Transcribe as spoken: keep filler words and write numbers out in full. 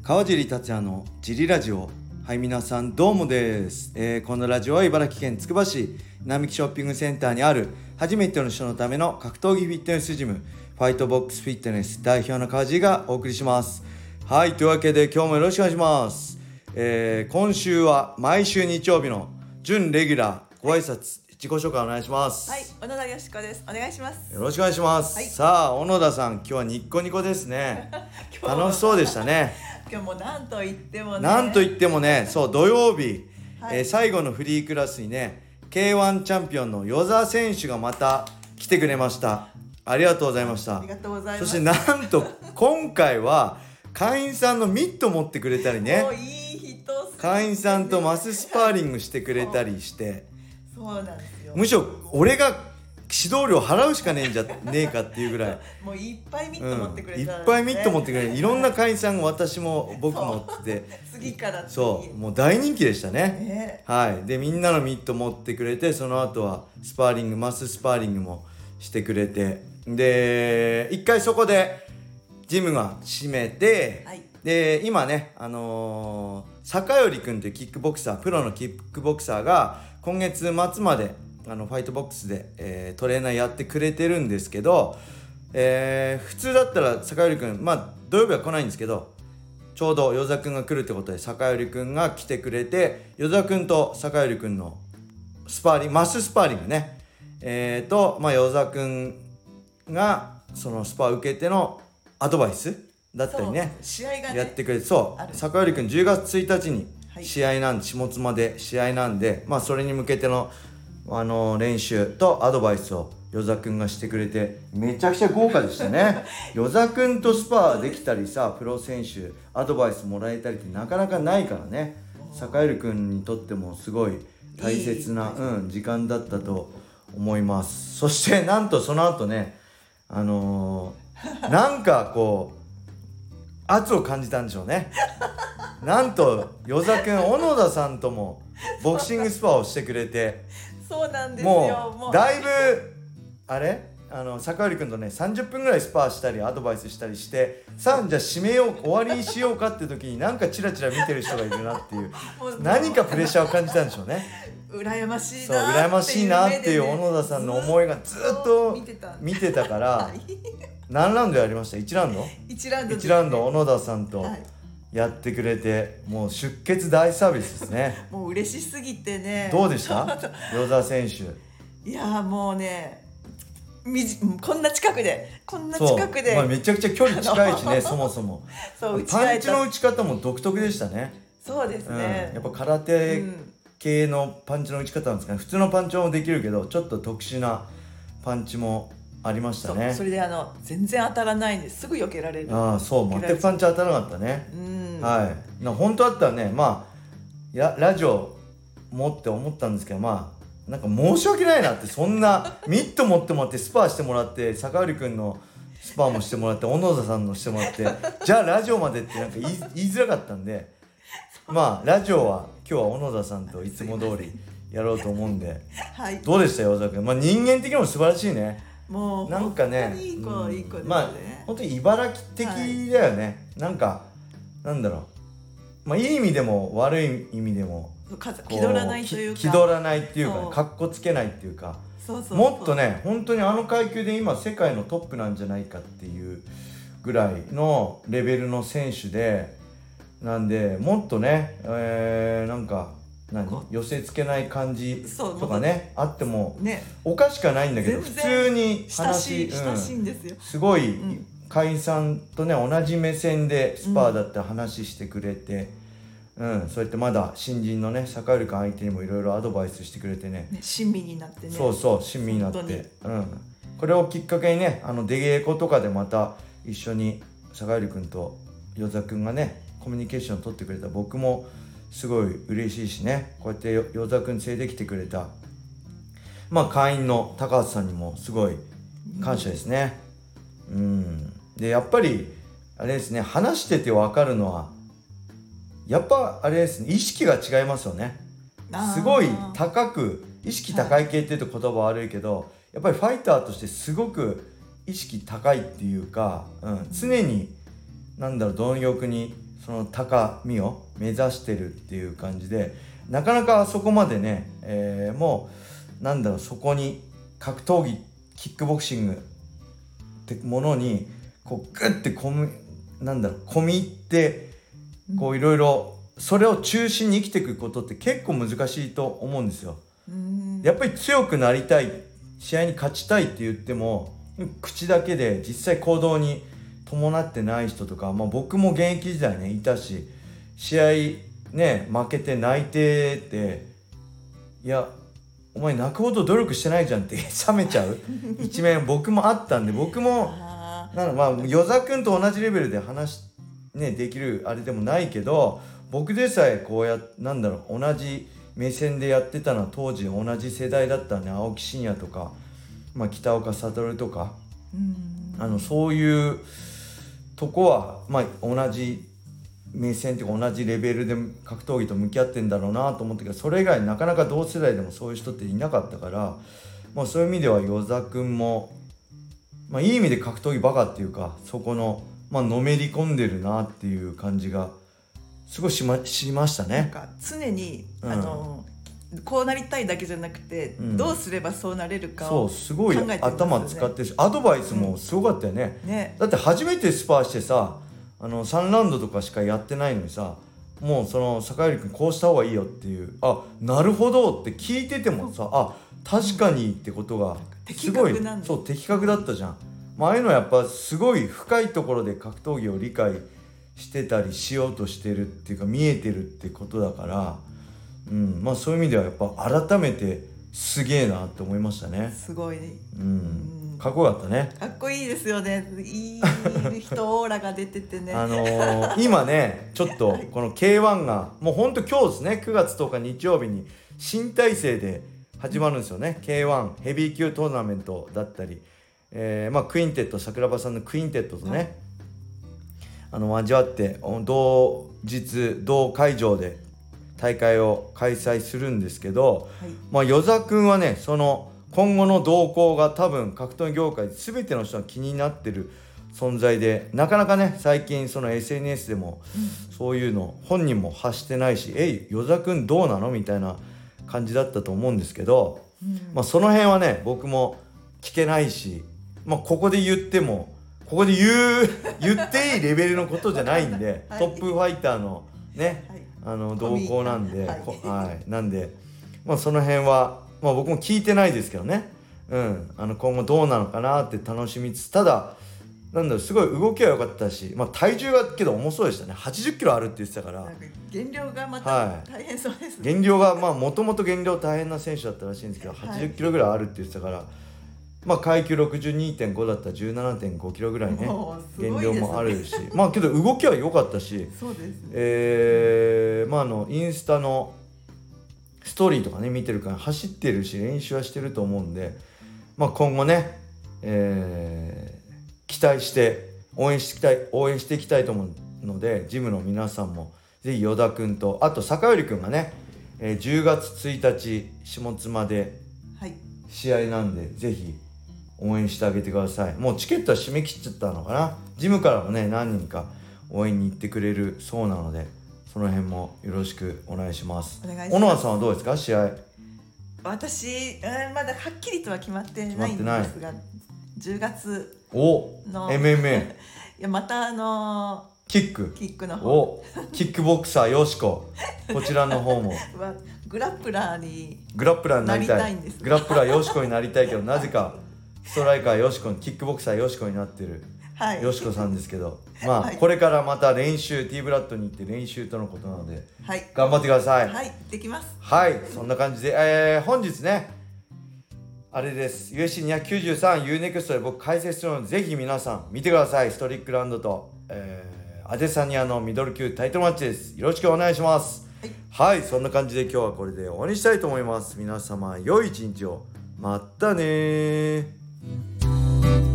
川尻達也のジリラジオ。はい、皆さんどうもです、えー、このラジオは茨城県つくば市並木ショッピングセンターにある初めての人のための格闘技フィットネスジムファイトボックスフィットネス代表の川尻がお送りします。はい、というわけで今日もよろしくお願いします。えー、今週は毎週日曜日の準レギュラーご挨拶、自己紹介お願いします。 はい、小野田よしこです。お願いします。 よろしくお願いします、はい、さあ小野田さん、今日はニッコニコですね楽しそうでしたね今日もなんと言ってもねなんと言ってもねそう土曜日、 はい、 えー、最後のフリークラスにね ケーワン チャンピオンの與座選手がまた来てくれました。ありがとうございました。 ありがとうございます。 そしてなんと今回は会員さんのミット持ってくれたりねもういい人すね、 会員さんとマススパーリングしてくれたりしてそうなんですよ。 むしろ俺が指導料払うしかねえんじゃねえかっていうぐらいもういっぱいミット持ってくれた、ねうん、いっぱいミット持ってくれていろんな会員さんが私も僕もってて次から次そうもう大人気でしたね、 ねはいでみんなのミット持ってくれてその後はスパーリングマススパーリングもしてくれてで一回そこでジムが閉めて、 はい、 で今ねあのー、坂寄くんというキックボクサープロのキックボクサーが今月末まであのファイトボックスで、えー、トレーナーやってくれてるんですけど、えー、普通だったら坂寄くんまあ土曜日は来ないんですけどちょうど与座くんが来るってことで坂寄くんが来てくれて与座くんと坂寄くんのスパーリングマススパーリングねえーとまあ与座くんがそのスパ受けてのアドバイスだったりね試合がねやってくれてそう坂寄くんじゅうがつついたちに試合なんで、はい、下妻で試合なんでまあそれに向けてのあの練習とアドバイスを与座くんがしてくれてめちゃくちゃ豪華でしたね与座くんとスパーできたりさプロ選手アドバイスもらえたりってなかなかないからね坂寄くんにとってもすごい大切な、うん、時間だったと思います。そしてなんとその後ねあのー、なんかこう圧を感じたんでしょうねなんと与座くん小野田さんともボクシングスパをしてくれてそうなんですよ。 もうだいぶあれあの坂寄くんとねさんじゅっぷんぐらいスパーしたりアドバイスしたりしてさあじゃあ締めよう終わりにしようかって時になんかチラチラ見てる人がいるなっていう何かプレッシャーを感じたんでしょうね羨ましいそうな羨ましいなっていう小野田さんの思いがずっと見てた見てたから何ラウンドやりました ?いち ラウンドいちラウンドいちラウンド小野田さんとやってくれてもう出血大サービスですねもう嬉しすぎてねどうでした与座選手。 いやもうねみじこんな近くでこんな近くで、 まあ、めちゃくちゃ距離近いしねそもそもそうパンチの打ち方も独特でしたね。 そうですね、 うん、やっぱ空手系のパンチの打ち方なんですかね、うん、普通のパンチもできるけどちょっと特殊なパンチもありましたね。 そ, それであの全然当たらないんですぐ避けられる。 ああそう全くパンチ当たらなかったね、うん、はいな本当だったらねまあやラジオ持って思ったんですけどまあなんか申し訳ないなってそんなミット持ってもらってスパーしてもらって坂寄くんのスパーもしてもらって小野田さんのしてもらってじゃあラジオまでってなんか言い、言いづらかったんでまあラジオは今日は小野田さんといつも通りやろうと思うんで、はい、どうでしたよ与座くん、まあ、人間的にも素晴らしいね。 もうなんかね本当にいい子、うん、いい子ですね。 まあ本当に茨城的だよね、はい、なんかなんだろうまあいい意味でも悪い意味でも気取らないというか気取らないっていうかかっこつけないっていうかそうそうそうもっとね本当にあの階級で今世界のトップなんじゃないかっていうぐらいのレベルの選手でなんでもっとね、えー、なんか何寄せつけない感じとかねあってもおかしくはないんだけど普通に話親しいんですよ、 うん、すごい会員さんとね同じ目線でスパーだって話してくれて、うんうん、そうやってまだ新人のね坂寄くん相手にもいろいろアドバイスしてくれてね、 ね親身になってねそうそう親身になって、うん、これをきっかけにねあの出稽古とかでまた一緒に坂寄くんと与座くんがねコミュニケーションを取ってくれた僕もすごい嬉しいしねこうやって与座くん連れてきてくれたまあ会員の高橋さんにもすごい感謝ですね。うん、うん、でやっぱりあれですね話してて分かるのはやっぱあれですね意識が違いますよね。すごい高く意識高い系って言うと言葉悪いけど、はい、やっぱりファイターとしてすごく意識高いっていうか、うん、常になんだろう貪欲にその高みを目指してるっていう感じで、なかなかあそこまでね、えー、もうなんだろう、そこに格闘技キックボクシングってものにこうグッてこむなんだろう込み入ってこういろいろそれを中心に生きていくことって結構難しいと思うんですよ。 うんやっぱり強くなりたい、試合に勝ちたいって言っても口だけで実際行動に伴ってない人とか、まあ、僕も現役時代ねいたし、試合ね負けて泣いてて、いやお前泣くほど努力してないじゃんって冷めちゃう一面僕もあったんで、僕もなんだまあ与座くんと同じレベルで話ねできるあれでもないけど、僕でさえこうやなんだろう同じ目線でやってたのは当時同じ世代だったね、青木真也とか、まあ、北岡悟とか、 うんあのそういうとこはまあ同じ目線というか同じレベルで格闘技と向き合ってんだろうなと思ったけど、それ以外なかなか同世代でもそういう人っていなかったから、まあ、そういう意味では与座くんも、まあ、いい意味で格闘技バカっていうか、そこの、まあのめり込んでるなっていう感じがすごいしま、しましたね。 なんか常に、 うん、 あのこうなりたいだけじゃなくて、うん、どうすればそうなれるかを考えてますよね。 そうすごい頭使ってるし、アドバイスもすごかったよね。 うんね、 だって初めてスパーしてさ、あのさんラウンドとかしかやってないのにさ、もうその坂入君こうした方がいいよっていう、あなるほどって聞いててもさ、あ確かにってことがすごいそう的確だったじゃん。まあああいうのはやっぱすごい深いところで格闘技を理解してたりしようとしてるっていうか見えてるってことだから、うん、まあそういう意味ではやっぱ改めてすげえなって思いましたね。 すごい、 うん、かっこよかったね。 かっこいいですよね。いい人オーラが出ててねあのー、今ねちょっとこの ケーワン がもうほんと今日ですね、くがつとおか日曜日に新体制で始まるんですよね。 ケーワン ヘビー級トーナメントだったり、えーまあ、クインテット、桜庭さんのクインテットとね、はい、あの交わって同日同会場で大会を開催するんですけど、はい、まあ与座くんはねその今後の動向が多分格闘技業界全ての人が気になってる存在で、なかなかね最近その エスエヌエス でもそういうの本人も発してないし、うん、えい与座くんどうなのみたいな感じだったと思うんですけど、うん、まあその辺はね僕も聞けないし、まあここで言ってもここで言う言っていいレベルのことじゃないんで、はい、トップファイターのね、はい、あの動向なんで、はいはい、なんで、まあ、その辺は、まあ、僕も聞いてないですけどね、うん、あの今後どうなのかなって楽しみつつ、ただなんだろうすごい動きは良かったし、まあ、体重がけど重そうでしたね。はちじゅっキロあるって言ってたから、なんか減量がまた大変そうですね、はい、 減量がまあもともと減量大変な選手だったらしいんですけど、はちじゅっキロぐらいあるって言ってたから、まあ、階級 ろくじゅうにてんご だったら じゅうななてんご キロぐらいね減量もあるし、まあけど動きは良かったし、 そうですね、 えーまあ、あのインスタのストーリーとかね見てるから走ってるし練習はしてると思うんで、まあ、今後ね、えー、期待して応援していきたい応援していきたいと思うので、ジムの皆さんもぜひ与田くんとあと坂寄くんがね、えー、じゅうがつついたち下妻で試合なんで、はい、ぜひ応援してあげてください。もうチケットは締め切っちゃったのかな。ジムからもね何人か応援に行ってくれるそうなので、その辺もよろしくお願いします。 お願いします。 小野さんはどうですか試合。 私、えー、まだはっきりとは決まってないんですが、じゅうがつのお エムエムエーいやまたあのー、 キックキックの方おキックボクサーよしここちらの方もグラップラーにグラップラーになりたい、 なりたいんです。 グラップラーよしこになりたいけどなぜかストライカーよしこにキックボクサーよしこになってる、はい、よしこさんですけど、まあ、はい、これからまた練習 T ブラッドに行って練習とのことなので、はい、頑張ってください。 はいできます。 はいそんな感じで、えー、本日ねあれです ユーエフシーにひゃくきゅうじゅうさん ユーネクスト で僕解説するのでぜひ皆さん見てください。ストリックランドと、えー、アデサニアのミドル級タイトルマッチです。よろしくお願いします。はい、はい、そんな感じで今日はこれで終わりにしたいと思います。皆様良い一日を。またねー。